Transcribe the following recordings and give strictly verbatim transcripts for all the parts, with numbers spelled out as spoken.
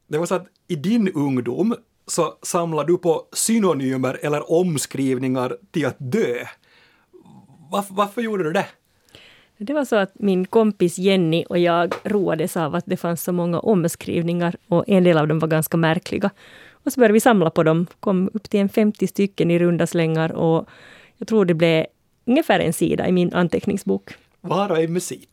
det var så att i din ungdom så samlar du på synonymer eller omskrivningar till att dö. Varför, varför gjorde du det? Det var så att min kompis Jenny och jag roades av att det fanns så många omskrivningar och en del av dem var ganska märkliga. Och så började vi samla på dem, kom upp till en femtio stycken i runda slängar och jag tror det blev ungefär en sida i min anteckningsbok. Var är musik?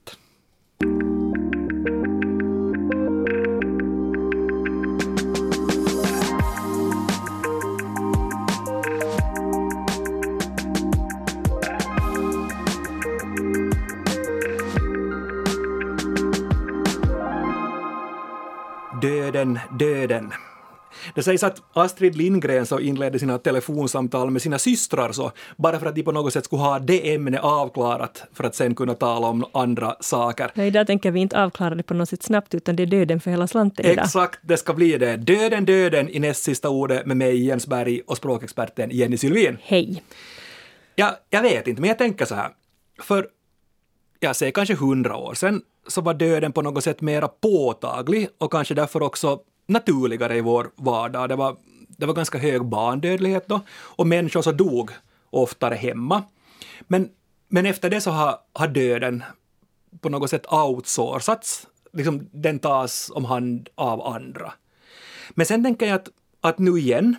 Döden, döden. Det sägs att Astrid Lindgren så inledde sina telefonsamtal med sina systrar så bara för att de på något sätt skulle ha det ämne avklarat för att sen kunna tala om andra saker. Ja, idag tänker vi inte avklara det på något sätt snabbt utan det är döden för hela slanten idag. Exakt, det ska bli det. Döden, döden i näst sista ordet med mig Jens Berg och språkexperten Jenny Sylvin. Hej. Ja, jag vet inte, men jag tänker så här. För jag säger kanske hundra år sedan så var döden på något sätt mera påtaglig och kanske därför också naturligare i vår vardag. Det var, det var ganska hög barndödlighet då och människor så dog oftare hemma. Men, men efter det så har, har döden på något sätt outsourcats. Liksom, den tas om hand av andra. Men sen tänker jag att, att nu igen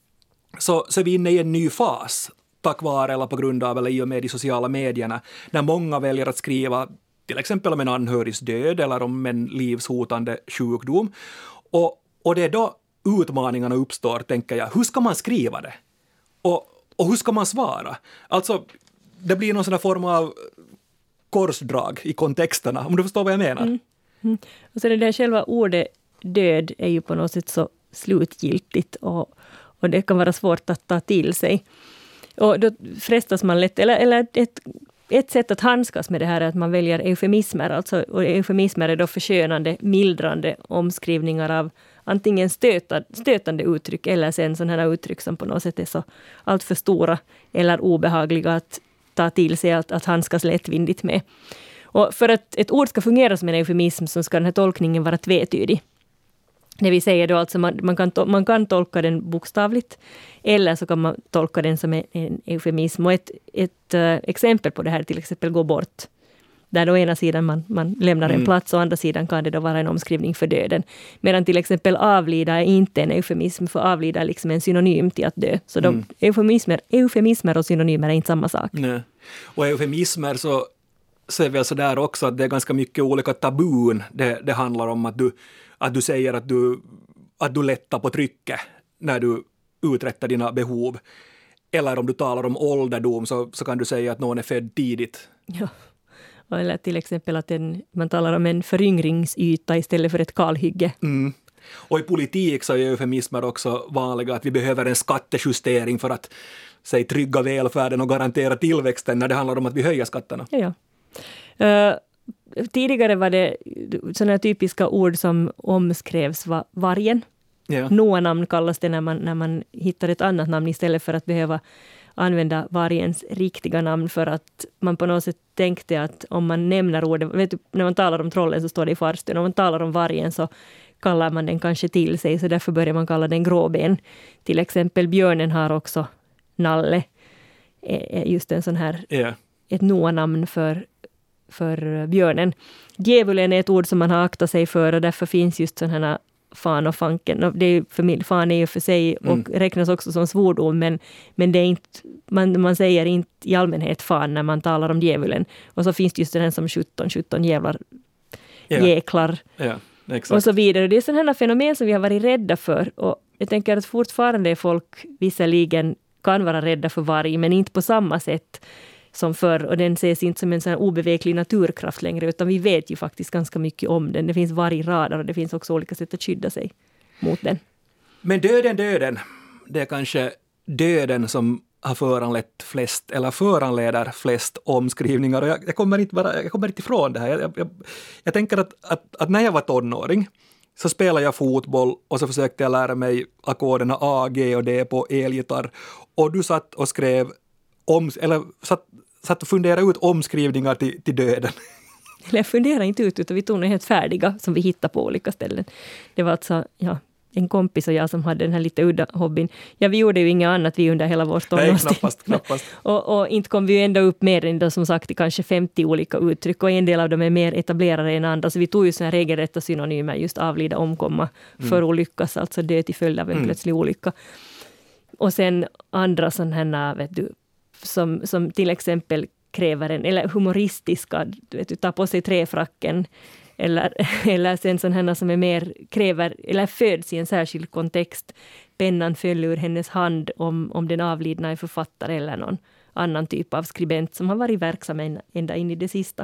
så, så är vi inne i en ny fas tack vare eller på grund av eller i och med de sociala medierna när många väljer att skriva till exempel om en anhörigs död eller om en livshotande sjukdom. Och, och det är då utmaningarna uppstår, tänker jag. Hur ska man skriva det? Och, och hur ska man svara? Alltså, det blir någon sån här form av korsdrag i kontexterna, om du förstår vad jag menar. Mm. Mm. Och så det där själva ordet död är ju på något sätt så slutgiltigt och, och det kan vara svårt att ta till sig. Och då frestas man lätt, eller, eller ett Ett sätt att handskas med det här är att man väljer eufemismer. Alltså, och eufemismer är då förskönande, mildrande omskrivningar av antingen stötad, stötande uttryck eller sen sådana här uttryck som på något sätt är så allt för stora eller obehagliga att ta till sig, att, att handskas lättvindigt med. Och för att ett ord ska fungera som en eufemism så ska den här tolkningen vara tvetydig. Det vill säga då alltså man, man, kan, man kan tolka den bokstavligt eller så kan man tolka den som en, en eufemism. Och ett, ett uh, exempel på det här till exempel gå bort. Där då ena sidan man, man lämnar mm. en plats och andra sidan kan det då vara en omskrivning för döden. Medan till exempel avlida är inte en eufemism för avlida är liksom en synonym till att dö. Så de, mm. eufemismer, eufemismer och synonymer är inte samma sak. Nej. Och eufemismer så ser vi alltså där också att det är ganska mycket olika tabun. Det, det handlar om att du Att du säger att du, att du lättar på trycket när du uträttar dina behov. Eller om du talar om ålderdom så, så kan du säga att någon är född tidigt. Ja, eller till exempel att en, man talar om en föryngringsyta istället för ett kalhygge. Mm. Och i politik så är eufemismer också vanliga att vi behöver en skattejustering för att säg, trygga välfärden och garantera tillväxten när det handlar om att vi höjer skatterna. Ja, ja. Uh, Tidigare var det sådana typiska ord som omskrevs var vargen. Ja. Noa-namn kallas det när man, när man hittar ett annat namn istället för att behöva använda vargens riktiga namn för att man på något sätt tänkte att om man nämner ordet, vet du, när man talar om trollen så står det i farstun, om man talar om vargen så kallar man den kanske till sig så därför börjar man kalla den gråben. Till exempel björnen har också nalle, just en sån här, ja. ett Noa-namn för för björnen. Djävulen är ett ord som man har aktat sig för och därför finns just sådana här fan och fanken. Det är för, fan är ju för sig och mm. räknas också som svordom men, men det är inte, man, man säger inte i allmänhet fan när man talar om djävulen. Och så finns det just den här som sjutton, sjutton jävlar ja. jäklar. Ja, exakt. Och så vidare. Det är sådana här fenomen som vi har varit rädda för och jag tänker att fortfarande är folk visserligen kan vara rädda för varg men inte på samma sätt som förr och den ses inte som en sån här obeveklig naturkraft längre utan vi vet ju faktiskt ganska mycket om den. Det finns vargradar och det finns också olika sätt att skydda sig mot den. Men döden, döden, det är kanske döden som har föranlett flest eller föranleder flest omskrivningar och jag, jag, kommer, inte bara, jag kommer inte ifrån det här. Jag, jag, jag tänker att, att, att när jag var tonåring så spelade jag fotboll och så försökte jag lära mig ackorderna A, G och D på elgitarr och du satt och skrev om, eller satt, satt och funderade ut omskrivningar till, till döden. Eller jag funderar inte ut, utan vi tog något helt färdiga som vi hittade på olika ställen. Det var alltså, ja, en kompis och jag som hade den här lite udda hobbyn. Ja, vi gjorde ju inget annat vi under hela vår tonårstid. Nej, knappast, knappast. och, och inte kom vi ju ändå upp mer än då, som sagt, kanske femtio olika uttryck. Och en del av dem är mer etablerade än andra. Så vi tog ju såna här regelrätta synonymer, just avlida, omkomma, mm. förolyckas, alltså dö till följd av en mm. plötslig olycka. Och sen andra sådana här, vet du, som, som till exempel kräver en, eller humoristiska, du vet, du tar på sig träfracken, eller, eller sen sådana som är mer kräver, eller föds i en särskild kontext. Pennan föll ur hennes hand om, om den avlidna är författare eller någon annan typ av skribent som har varit verksam ända in i det sista.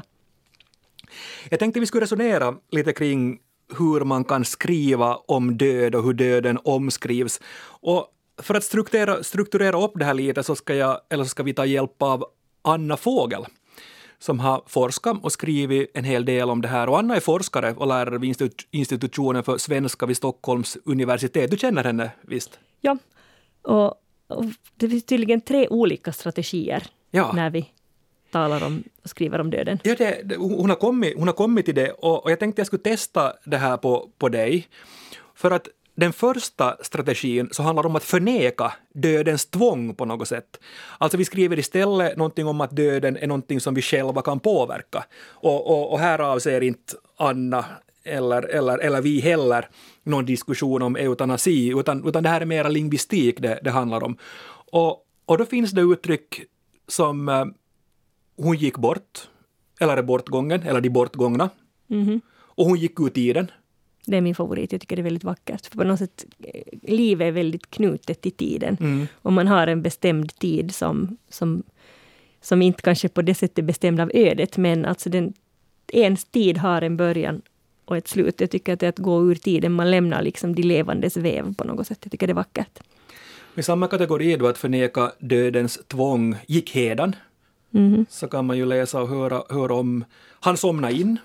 Jag tänkte vi skulle resonera lite kring hur man kan skriva om död och hur döden omskrivs. Och för att strukturera, strukturera upp det här lite så ska, jag, eller så ska vi ta hjälp av Anna Fågel som har forskat och skrivit en hel del om det här. Och Anna är forskare och lärare vid institutionen för svenska vid Stockholms universitet. Du känner henne, visst? Ja, och, och det finns tydligen tre olika strategier ja. när vi talar om och skriver om döden. Ja, det, det, hon, har kommit, hon har kommit till det och, och jag tänkte jag skulle testa det här på, på dig. För att den första strategin så handlar om att förneka dödens tvång på något sätt. Alltså vi skriver istället någonting om att döden är någonting som vi själva kan påverka. Och, och, och här avser inte Anna eller, eller, eller vi heller någon diskussion om eutanasi, utan, utan det här är mera lingvistik det, det handlar om. Och, och då finns det uttryck som eh, hon gick bort, eller är bortgången, eller de bortgångna. Mm-hmm. Och hon gick ur tiden. Det är min favorit. Jag tycker det är väldigt vackert. För på något sätt, livet är väldigt knutet till tiden. Mm. Och man har en bestämd tid som, som, som inte kanske på det sättet är bestämd av ödet. Men alltså den, ens tid har en början och ett slut. Jag tycker att det är att gå ur tiden. Man lämnar liksom de levandes väv på något sätt. Jag tycker det är vackert. I samma kategori då att förneka dödens tvång gick Hedan. Mm. Så kan man ju läsa och höra, höra om han somna in.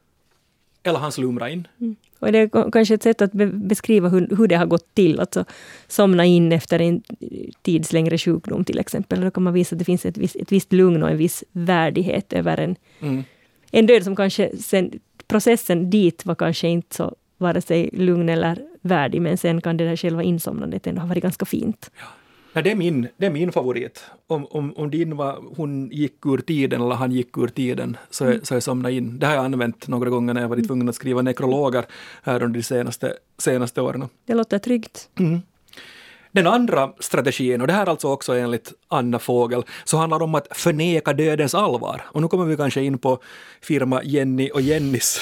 Eller han slumra in. Mm. Och det är kanske ett sätt att be- beskriva hur, hur det har gått till. Alltså somna in efter en tids längre sjukdom till exempel. Då kan man visa att det finns ett visst, ett visst lugn och en viss värdighet över en, mm. en död som kanske sen, processen dit var kanske inte så vare sig lugn eller värdig. Men sen kan det där själva insomnandet ändå ha varit ganska fint. Ja. Nej, det är min, det är min favorit. Om, om, om din var hon gick ur tiden eller han gick ur tiden så, mm. så jag somnade in. Det har jag använt några gånger när jag varit tvungen att skriva nekrologer här under de senaste, senaste åren. Det låter tryggt. Mm. Den andra strategin, och det här alltså också enligt Anna Fågel, så handlar om att förneka dödens allvar. Och nu kommer vi kanske in på firma Jenny och Jennys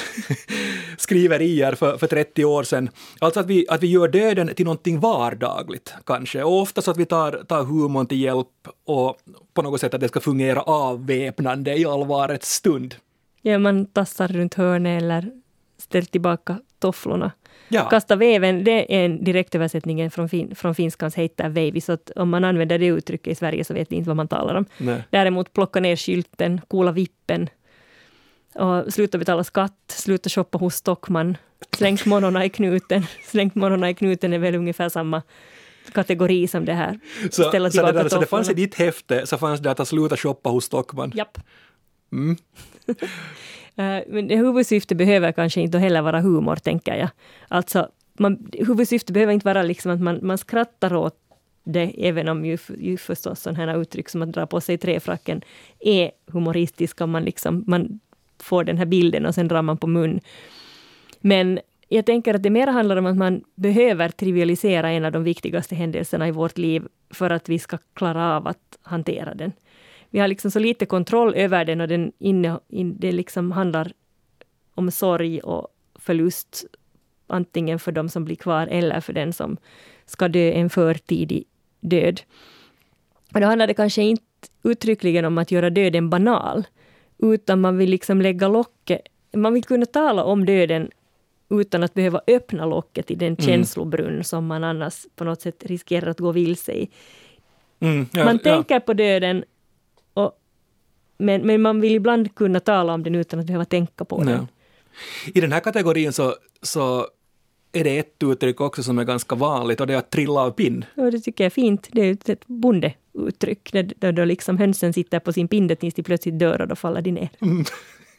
skriverier för, för trettio år sedan. Alltså att vi, att vi gör döden till någonting vardagligt kanske. Och ofta så att vi tar, tar humorn till hjälp och på något sätt att det ska fungera avväpnande i allvarets stund. Ja, man tassar runt hörnet eller ställer tillbaka tofflorna. Ja. Kasta väven, det är en direktöversättning från, fin, från finskans heter veivi, så att om man använder det uttrycket i Sverige så vet vi inte vad man talar om. Nej. Däremot plocka ner skylten, kola vippen och sluta betala skatt, sluta shoppa hos Stockman, slängt monorna i knuten. Slängt monorna i knuten är väl ungefär samma kategori som det här. Så, Ställa så, det, där, så det fanns i ditt häfte så fanns det att sluta shoppa hos Stockman? Japp. Mm. Men huvudsyfte behöver kanske inte heller vara humor, tänker jag. Alltså, man, huvudsyfte behöver inte vara liksom att man, man skrattar åt det, även om ju, ju förstås sådana här uttryck som att dra på sig träfracken är humoristiska. Man, liksom, man får den här bilden och sen drar man på mun. Men jag tänker att det mer handlar om att man behöver trivialisera en av de viktigaste händelserna i vårt liv för att vi ska klara av att hantera den. Vi har liksom så lite kontroll över den och den inne, in, det liksom handlar om sorg och förlust antingen för de som blir kvar eller för den som ska dö en förtidig död. Och då handlar det kanske inte uttryckligen om att göra döden banal, utan man vill liksom lägga locket, man vill kunna tala om döden utan att behöva öppna locket i den mm. känslobrunn som man annars på något sätt riskerar att gå vilse i. Mm, ja, man tänker ja. på döden och, men, men man vill ibland kunna tala om den utan att behöva tänka på ja. den. I den här kategorin så, så är det ett uttryck också som är ganska vanligt och det är att trilla av pinn. Ja, det tycker jag är fint. Det är ett bondeuttryck där, där då liksom hönsen sitter på sin pinne tills de plötsligt dör och då faller de ner. Mm.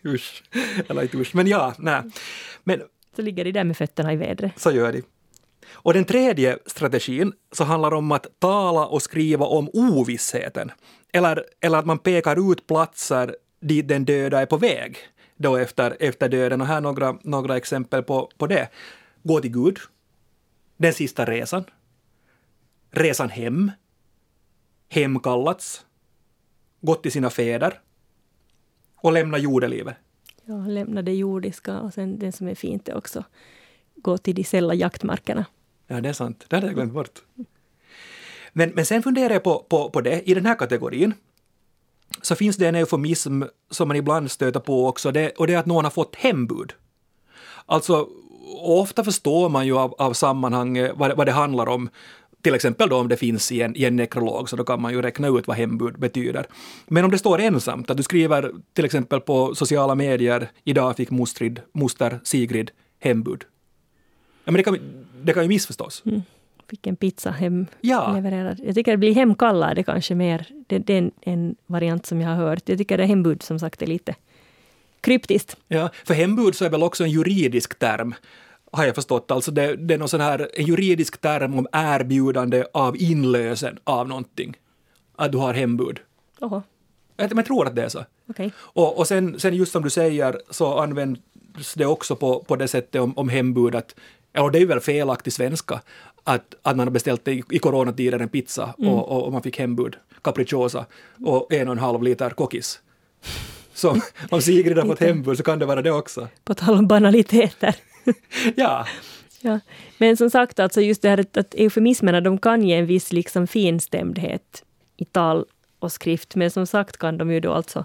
Usch. Eller inte usch. Men ja, nej. Men Så ligger de där med fötterna i vädret. så gör de. Och den tredje strategin så handlar om att tala och skriva om ovissheten. Eller, eller att man pekar ut platser dit den döda är på väg då efter, efter döden. Och här några, några exempel på, på det. Gå till Gud. Den sista resan. Resan hem. Hemkallats. Gått till sina fäder. Och lämna jordelivet. Ja, lämna det jordiska och sen det som är fint är också gå till de sälla jaktmarkerna. Ja, det är sant. Det hade jag glömt bort. Men, men sen funderar jag på, på, på det. I den här kategorin så finns det en eufemism som man ibland stöter på också. Det, och det är att någon har fått hembud. Alltså, ofta förstår man ju av, av sammanhang vad, vad det handlar om. Till exempel då om det finns i en, i en nekrolog så då kan man ju räkna ut vad hembud betyder. Men om det står ensamt, att du skriver till exempel på sociala medier idag fick mostrid, moster Sigrid hembud. Ja, men det kan, det kan ju missförstås. Mm. Fick en pizza hem Ja. levererad. Jag tycker det blir hemkallade kanske mer. Det, det är en, en variant som jag har hört. Jag tycker det hembud som sagt är lite kryptiskt. Ja, för hembud så är väl också en juridisk term, har jag förstått. Alltså det, det är någon sån här en juridisk term om erbjudande av inlösen av någonting. Att du har hembud. Oho, Jag, jag tror att det är så. okej. Och, och sen, sen just som du säger så används det också på, på det sättet om, om hembud att, och det är ju väl felaktig svenska, att, att man har beställt i, i coronatider en pizza Mm. och, och, och man fick hembud, capricciosa och en och en halv liter kokis. Så om Sigrid har fått hembud så kan det vara det också. På tal om banaliteter. Ja, Ja. Men som sagt, alltså just det här att, att eufemismerna de kan ge en viss liksom finstämdhet i tal och skrift. Men som sagt kan de ju då alltså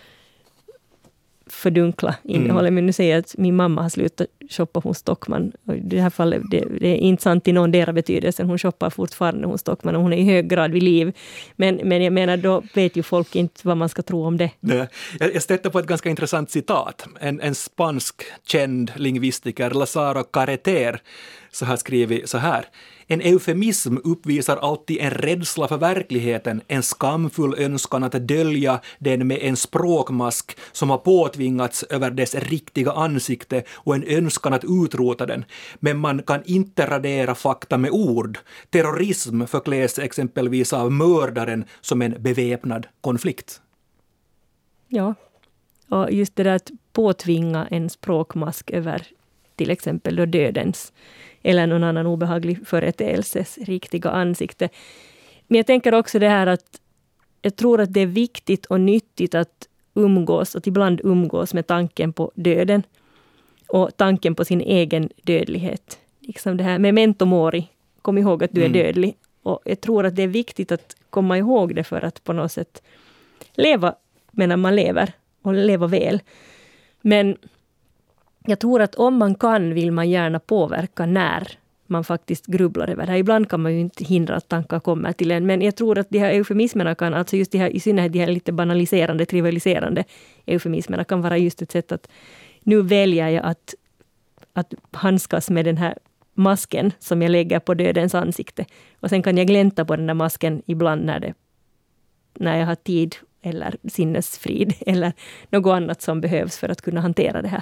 fördunkla innehållet. Mm. Men nu säger jag att min mamma har slutat shoppa hos Stockman. Och i det här fallet det, det är inte sant i någon dera betydelsen. Hon shoppar fortfarande hos Stockman och hon är i hög grad vid liv. Men, men jag menar, då vet ju folk inte vad man ska tro om det. Nej. Jag, jag stötte på ett ganska intressant citat. En, en spansk känd lingvistiker, Lázaro Carreter, så har skrivit så här. En eufemism uppvisar alltid en rädsla för verkligheten, en skamfull önskan att dölja den med en språkmask som har påtvingats över dess riktiga ansikte och en önskan att utrota den. Men man kan inte radera fakta med ord. Terrorism förkläs exempelvis av mördaren som en beväpnad konflikt. Ja, och just det där att påtvinga en språkmask över till exempel då dödens eller någon annan obehaglig företeelses riktiga ansikte. Men jag tänker också det här att jag tror att det är viktigt och nyttigt att umgås, att ibland umgås med tanken på döden och tanken på sin egen dödlighet. Liksom det här memento mori, kom ihåg att du är Mm. dödlig. Och jag tror att det är viktigt att komma ihåg det för att på något sätt leva medan man lever och leva väl. Men jag tror att om man kan vill man gärna påverka när man faktiskt grubblar över det här. Ibland kan man ju inte hindra att tankar kommer till en. Men jag tror att de här eufemismerna kan, alltså just de här, i synnerhet de här lite banaliserande, trivialiserande eufemismerna kan vara just ett sätt att nu väljer jag att, att handskas med den här masken som jag lägger på dödens ansikte. Och sen kan jag glänta på den där masken ibland när, det, när jag har tid eller sinnesfrid eller något annat som behövs för att kunna hantera det här.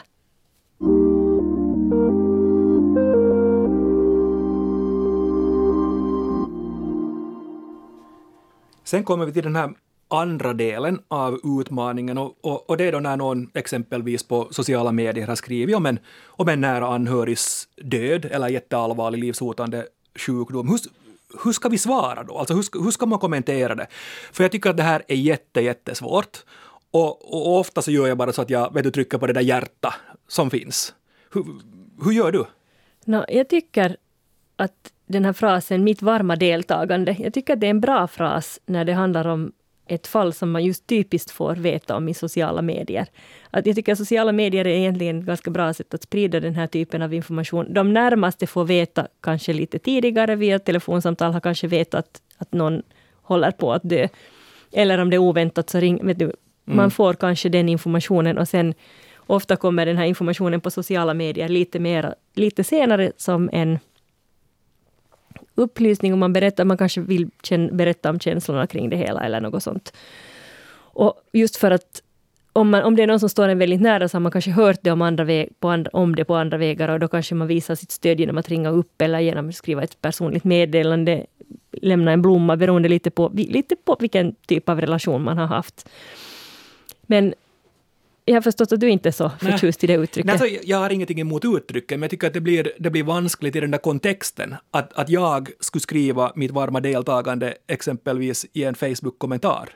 Sen kommer vi till den här andra delen av utmaningen och, och, och det är då när någon exempelvis på sociala medier har skrivit om en, om en nära anhörigs död eller jätteallvarlig livshotande sjukdom. Hur, hur ska vi svara då? Alltså hur, hur ska man kommentera det? För jag tycker att det här är jätte, jättesvårt. Och, och ofta så gör jag bara så att jag vet du, trycker på det där hjärta som finns. Hur, hur gör du? No, jag tycker att den här frasen, mitt varma deltagande, jag tycker att det är en bra fras när det handlar om ett fall som man just typiskt får veta om i sociala medier. Att jag tycker att sociala medier är egentligen ett ganska bra sätt att sprida den här typen av information. De närmaste får veta kanske lite tidigare via telefonsamtal, har kanske vetat att, att någon håller på att dö. Eller om det är oväntat så ring, vet du, man mm. får kanske den informationen och sen ofta kommer den här informationen på sociala medier lite, mer, lite senare som en upplysning om man berättar, man kanske vill känna, berätta om känslorna kring det hela eller något sånt. Och just för att om, man, om det är någon som står en väldigt nära så har man kanske hört det om, andra väg, på andra, om det på andra vägar och då kanske man visar sitt stöd genom att ringa upp eller genom att skriva ett personligt meddelande, lämna en blomma beroende lite på, lite på vilken typ av relation man har haft. Men jag har förstått att du inte är så förtjust i det uttrycket. Nej, alltså, jag har ingenting emot uttrycket, men jag tycker att det blir, det blir vanskligt i den där kontexten. Att, att jag skulle skriva mitt varma deltagande exempelvis i en Facebook-kommentar.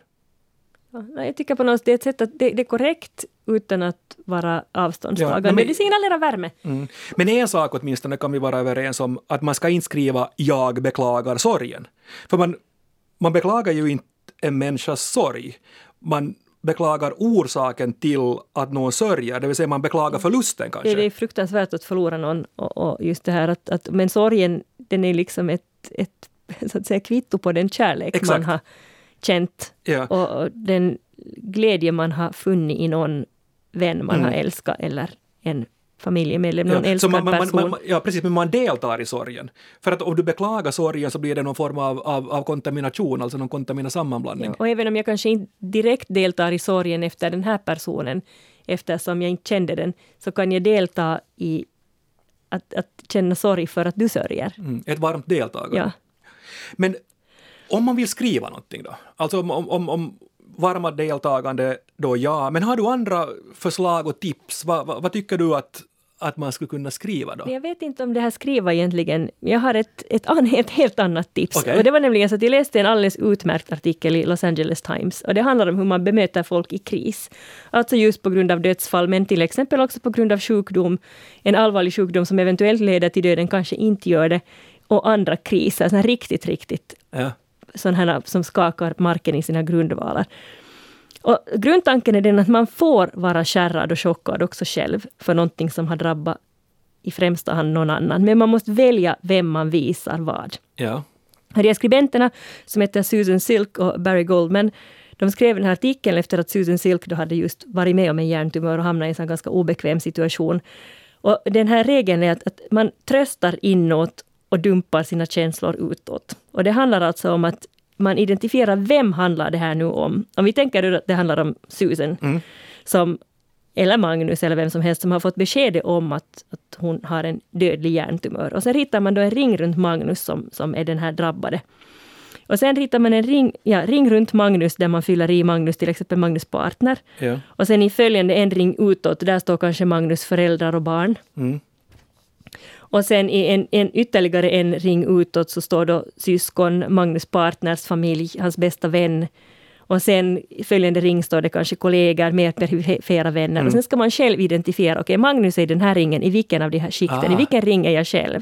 Ja, jag tycker på något sätt det är ett sätt att det, det är korrekt utan att vara avståndstagande. Ja, men, det signalerar värme. Mm. Men en sak åtminstone kan vi vara överens om, att man ska inte skriva jag beklagar sorgen. För man, man beklagar ju inte en människas sorg. Man beklagar orsaken till att någon sörjer, det vill säga man beklagar förlusten kanske. Det är fruktansvärt att förlora någon och, och just det här att, att men sorgen, den är liksom ett, ett så att säga kvitto på den kärlek Exakt. man har känt ja. och, och den glädje man har funnit i någon vän man mm. har älskat eller en familjemedlem, någon ja. älskad man, man, person. Man, ja, precis, men man deltar i sorgen. För att om du beklagar sorgen så blir det någon form av, av, av kontamination, alltså någon kontamina sammanblandning. Ja, och även om jag kanske inte direkt deltar i sorgen efter den här personen, eftersom jag inte kände den, så kan jag delta i att, att känna sorg för att du sörjer. Mm, ett varmt deltagande. Ja. Men om man vill skriva någonting då, alltså om, om, om varma deltagande då ja, men har du andra förslag och tips? Va, va, vad tycker du att, att man skulle kunna skriva då? Jag vet inte om det här skriva egentligen. Jag har ett, ett, ett helt annat tips. Okay. Och det var nämligen så att jag läste en alldeles utmärkt artikel i Los Angeles Times. Och det handlar om hur man bemöter folk i kris. Alltså just på grund av dödsfall, men till exempel också på grund av sjukdom. En allvarlig sjukdom som eventuellt leder till döden kanske inte gör det. Och andra kriser, sådana riktigt, riktigt ja. sådana som skakar marken i sina grundvalar. Och grundtanken är den att man får vara kärrad och chockad också själv för någonting som har drabbat i främsta hand någon annan. Men man måste välja vem man visar vad. Ja. De skribenterna som heter Susan Silk och Barry Goldman, de skrev den här artikeln efter att Susan Silk då hade just varit med om en hjärntumör och hamnat i en sån ganska obekväm situation. Och den här regeln är att, att man tröstar inåt och dumpar sina känslor utåt. Och det handlar alltså om att man identifierar vem handlar det här nu om. Om vi tänker att det handlar om Susan, mm. som, eller Magnus eller vem som helst som har fått besked om att, att hon har en dödlig hjärntumör. Och sen ritar man då en ring runt Magnus som, som är den här drabbade. Och sen ritar man en ring, ja, ring runt Magnus där man fyller i Magnus, till exempel Magnus partner. Ja. Och sen i följande en ring utåt, där står kanske Magnus föräldrar och barn. Mm. Och sen i en, en ytterligare en ring utåt så står då syskon, Magnus partners familj, hans bästa vän. Och sen i följande ring står det kanske kollegor, mer perifera vänner. Mm. Och sen ska man själv identifiera, okej, okay, Magnus är i den här ringen, i vilken av de här skikten, ah. i vilken ring är jag själv?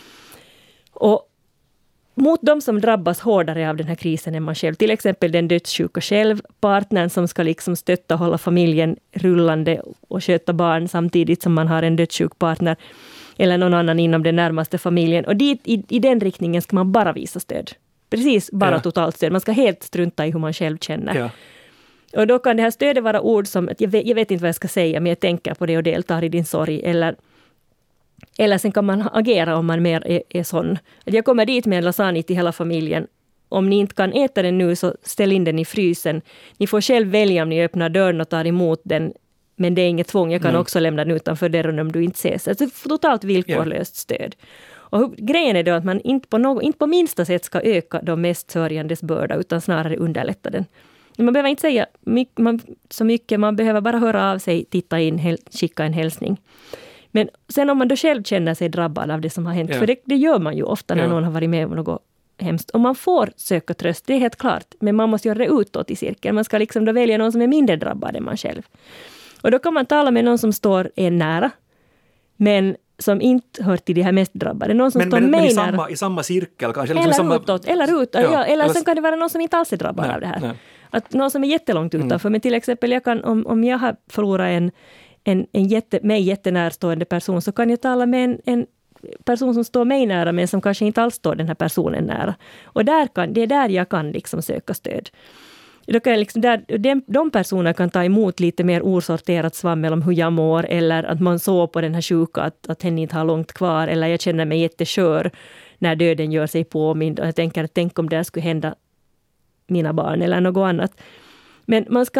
Och mot de som drabbas hårdare av den här krisen än man själv, till exempel den dödssjuka själv, partnern som ska liksom stötta och hålla familjen rullande och sköta barn samtidigt som man har en dödssjuk partner, eller någon annan inom den närmaste familjen. Och dit, i, i den riktningen ska man bara visa stöd. Precis, bara ja. totalt stöd. Man ska helt strunta i hur man själv känner. Ja. Och då kan det här stödet vara ord som, att jag vet, jag vet inte vad jag ska säga, men jag tänker på det och deltar i din sorg. Eller, eller sen kan man agera om man mer är, är sån. Att jag kommer dit med en lasagne till hela familjen. Om ni inte kan äta den nu så ställ in den i frysen. Ni får själv välja om ni öppnar dörren och tar emot den. Men det är inget tvång. Jag kan mm. också lämna den utanför dörren om du inte ses. Alltså totalt villkorlöst stöd. Och grejen är då att man inte på, något, inte på minsta sätt ska öka de mest sörjandes börda utan snarare underlätta den. Man behöver inte säga mycket, man, så mycket. Man behöver bara höra av sig, titta in, hel, skicka en hälsning. Men sen om man då själv känner sig drabbad av det som har hänt. Ja. För det, det gör man ju ofta när ja. någon har varit med om något hemskt. Och man får söka tröst, det är helt klart. Men man måste göra det utåt i cirkeln. Man ska liksom då välja någon som är mindre drabbad än man själv. Och då kan man tala med någon som står en nära, men som inte hör till de här mest drabbade. Någon som men, står men, mig men i, nära. samma, i samma cirkel kanske? Eller, eller samma... utåt. Eller, utåt, ja, ja, eller, eller sen kan det vara någon som inte alls är drabbad nej, av det här. Nej. Att någon som är jättelångt utanför. Mm. Men till exempel, jag kan, om, om jag har förlorat en, en, en jätte, mig jättenärstående person, så kan jag tala med en, en person som står mig nära, men som kanske inte alls står den här personen nära. Och där kan, det är där jag kan liksom söka stöd. Då kan jag liksom där, de, de personer kan ta emot lite mer osorterat svammel om hur jag mår, eller att man såg på den här sjuka att, att henne inte har långt kvar, eller jag känner mig jätteskör när döden gör sig påmind och jag tänker att tänk om det skulle hända mina barn eller något annat. Men man ska alltså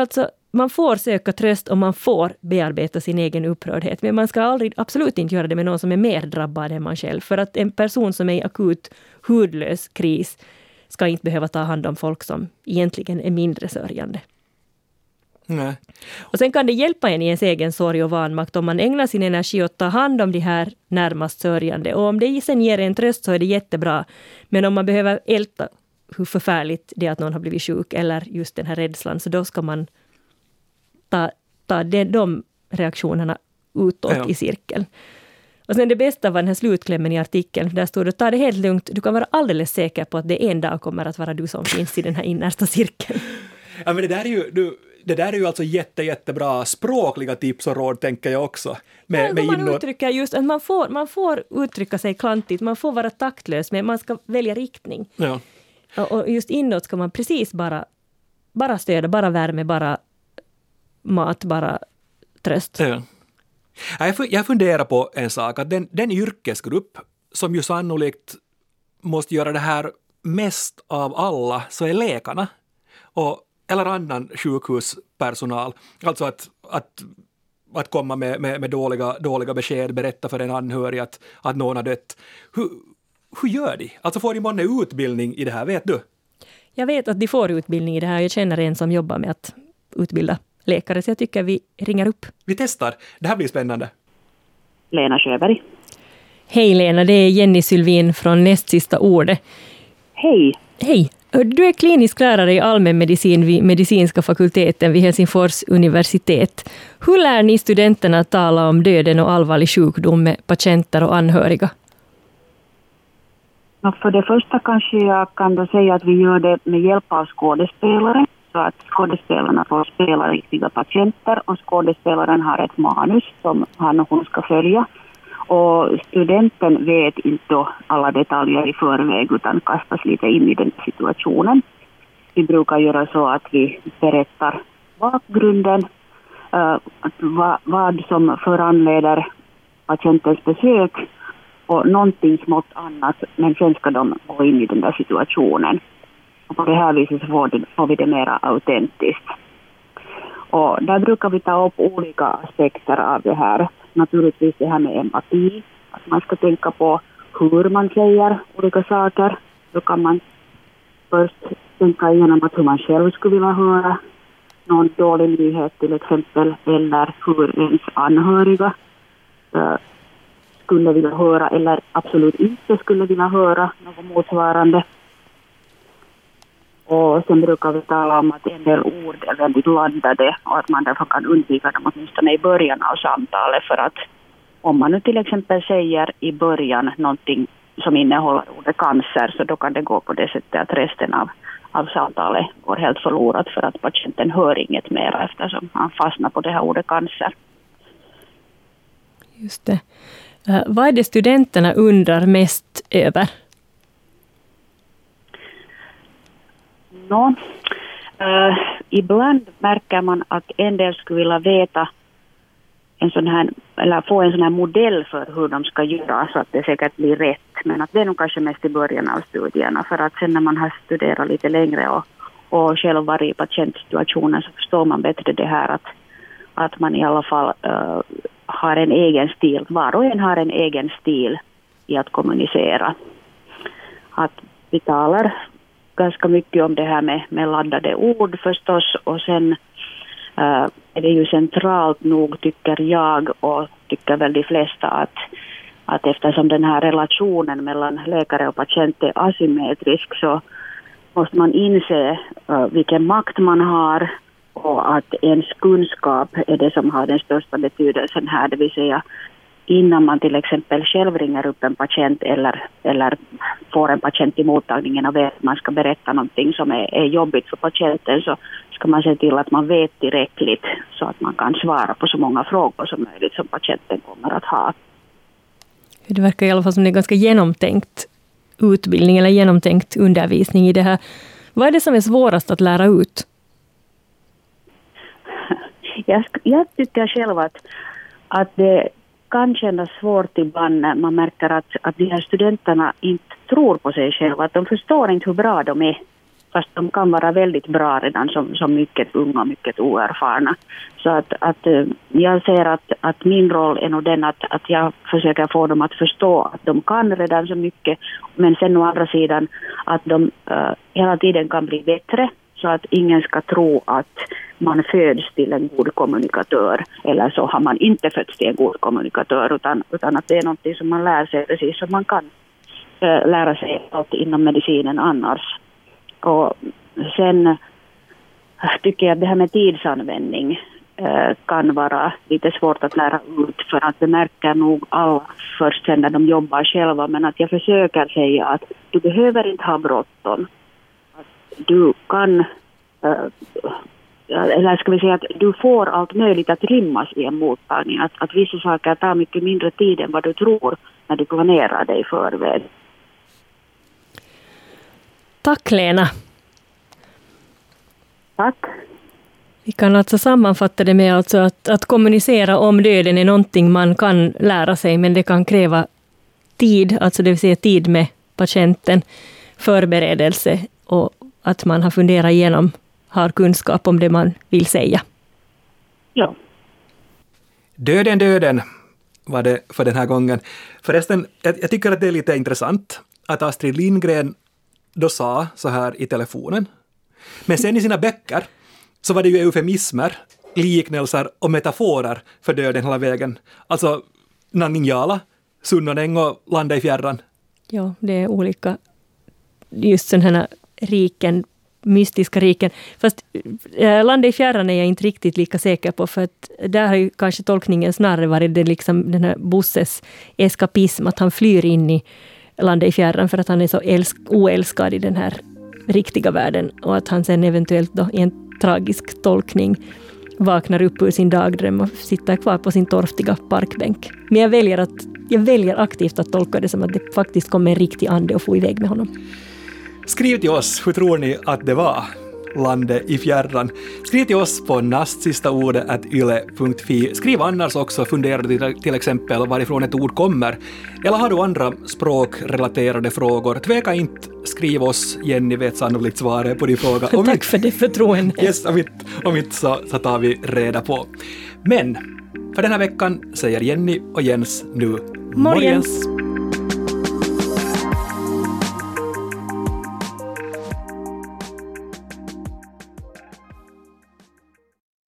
man får söka tröst och man får bearbeta sin egen upprördhet. Men man ska aldrig, absolut inte göra det med någon som är mer drabbad än man själv. För att en person som är i akut hudlös kris ska inte behöva ta hand om folk som egentligen är mindre sörjande. Nej. Och sen kan det hjälpa en i ens egen sorg och vanmakt om man ägnar sin energi åt att ta hand om de här närmast sörjande. Och om det sen ger en tröst så är det jättebra. Men om man behöver älta hur förfärligt det är att någon har blivit sjuk eller just den här rädslan, så då ska man ta, ta de, de reaktionerna utåt ja. i cirkeln. Och sen det bästa var den här slutklämmen i artikeln. Där stod det, ta det helt lugnt. Du kan vara alldeles säker på att det en dag kommer att vara du som finns i den här innersta cirkeln. Ja, men det där är ju... Du... Det där är ju alltså jätte, jättebra språkliga tips och råd, tänker jag också. Med, ja, med man inor... uttrycker just att man får, man får uttrycka sig klantigt, man får vara taktlös, men man ska välja riktning. Ja. Och, och just inåt ska man precis bara, bara stöda, bara värme, bara mat, bara tröst. Ja. Jag funderar på en sak, att den, den yrkesgrupp som ju sannolikt måste göra det här mest av alla, så är läkarna. Och eller annan sjukhuspersonal. Alltså att, att, att komma med, med, med dåliga, dåliga besked, berätta för en anhörig att, att någon har dött. Hur, hur gör de? Alltså får de månne utbildning i det här, vet du? Jag vet att de får utbildning i det här. Jag känner en som jobbar med att utbilda läkare, så jag tycker vi ringer upp. Vi testar. Det här blir spännande. Lena Sjöberg. Hej Lena, det är Jenny Sylvin från Näst sista ordet. Hej. Hej. Du är klinisk lärare i allmänmedicin vid medicinska fakulteten vid Helsingfors universitet. Hur lär ni studenterna tala om döden och allvarlig sjukdom med patienter och anhöriga? För det första kanske jag kan då säga att vi gör det med hjälp av skådespelare. Så att skådespelarna får spela riktiga patienter och skådespelaren har ett manus som han och hon ska följa. Och studenten vet inte alla detaljer i förväg utan kastas lite in i den situationen. Vi brukar göra så att vi berättar bakgrunden, uh, vad, vad som föranleder patientens besök och någonting smått annat, men sen ska de gå in i den där situationen. Och på det här viset får, det, får vi det mera autentiskt. Och där brukar vi ta upp olika aspekter av det här. Naturligtvis det här med empati. Att man ska tänka på hur man säger olika saker. Då kan man först tänka igenom att hur man själv skulle vilja höra någon dålig nyhet till exempel. Eller hur ens anhöriga uh, skulle vilja höra eller absolut inte skulle vilja höra något motsvarande. Och sen brukar vi tala om att en del ord är väldigt laddade och att man därför kan undvika dem åtminstone i början av samtalet. För att om man nu till exempel säger i början någonting som innehåller ordet cancer, så då kan det gå på det sättet att resten av, av samtalet går helt förlorat för att patienten hör inget mer eftersom han fastnar på det här ordet cancer. Just det. Uh, vad är det studenterna undrar mest över? No, uh, ibland märker man att en del skulle vilja veta en sån här, eller få en sån här modell för hur de ska göra så att det säkert blir rätt. Men att det är nog kanske mest i början av studierna, för att sen när man har studerat lite längre och, och själv varit i patientsituationen så förstår man bättre det här att, att man i alla fall uh, har en egen stil. Var och en har en egen stil i att kommunicera. Att vi talar ganska mycket om det här med, med laddade ord förstås, och sen uh, är det ju centralt nog, tycker jag och tycker väl de flesta, att, att eftersom den här relationen mellan läkare och patient är asymmetrisk så måste man inse uh, vilken makt man har och att ens kunskap är det som har den största betydelsen här, det vill säga innan man till exempel själv ringer upp en patient eller, eller får en patient i mottagningen och vet att man ska berätta någonting som är, är jobbigt för patienten, så ska man se till att man vet tillräckligt så att man kan svara på så många frågor som möjligt som patienten kommer att ha. Det verkar i alla fall som det är ganska genomtänkt utbildning eller genomtänkt undervisning i det här. Vad är det som är svårast att lära ut? Jag, jag tycker själv att, att det kan kännas svårt ibland när man märker att, att de här studenterna inte tror på sig själva, att de förstår inte hur bra de är. Fast de kan vara väldigt bra redan som, som mycket unga och mycket oerfarna. Så att, att jag ser att, att min roll är nog den att, att jag försöker få dem att förstå att de kan redan så mycket. Men sen å andra sidan att de uh, hela tiden kan bli bättre. Så att ingen ska tro att man föds till en god kommunikatör. Eller så har man inte fötts till en god kommunikatör. Utan, utan att det är något som man lär sig precis som man kan uh, lära sig allt inom medicinen annars. Och sen tycker jag att det här med tidsanvändning eh, kan vara lite svårt att lära ut, för att det märker nog alla först sen när de jobbar själva. Men att jag försöker säga att du behöver inte ha bråttom. Att du kan, eh, eller ska vi säga att du får allt möjligt att rymmas i en mottagning. Att, att vissa saker tar mycket mindre tid än vad du tror när du planerar dig i förväg. Tack Lena. Tack. Vi kan alltså sammanfatta det med alltså att, att kommunicera om döden är någonting man kan lära sig, men det kan kräva tid, alltså det vill säga tid med patienten, förberedelse och att man har funderat igenom, har kunskap om det man vill säga. Ja. Döden, döden var det för den här gången. Förresten, jag, jag tycker att det är lite intressant att Astrid Lindgren då sa så här i telefonen. Men sen i sina böcker så var det ju eufemismer, liknelser och metaforer för döden hela vägen. Alltså Nanninjala, Sunnanäng och Landa i fjärran. Ja, det är olika, just sådana här riken, mystiska riken. Fast äh, Landa i fjärran är jag inte riktigt lika säker på, för att där har ju kanske tolkningen snarare varit det liksom den här Bosses eskapism, att han flyr in i Landa i fjärran för att han är så älsk- oälskad i den här riktiga världen, och att han sen eventuellt då i en tragisk tolkning vaknar upp ur sin dagdröm och sitter kvar på sin torftiga parkbänk. Men jag väljer, att, jag väljer aktivt att tolka det som att det faktiskt kommer en riktig ande och få iväg med honom. Skriv till oss, hur tror ni att det var? Lande i fjärran. Skriv till oss på nastsistaordet at yle punkt fi. Skriv annars också, fundera till, till exempel varifrån ett ord kommer. Eller har du andra språkrelaterade frågor? Tveka inte, skriv oss. Jenny vet sannolikt svaret på din fråga. Om Tack inte, för det förtroendet. Yes, om inte, om inte så, så tar vi reda på. Men för den här veckan säger Jenny och Jens nu morgens.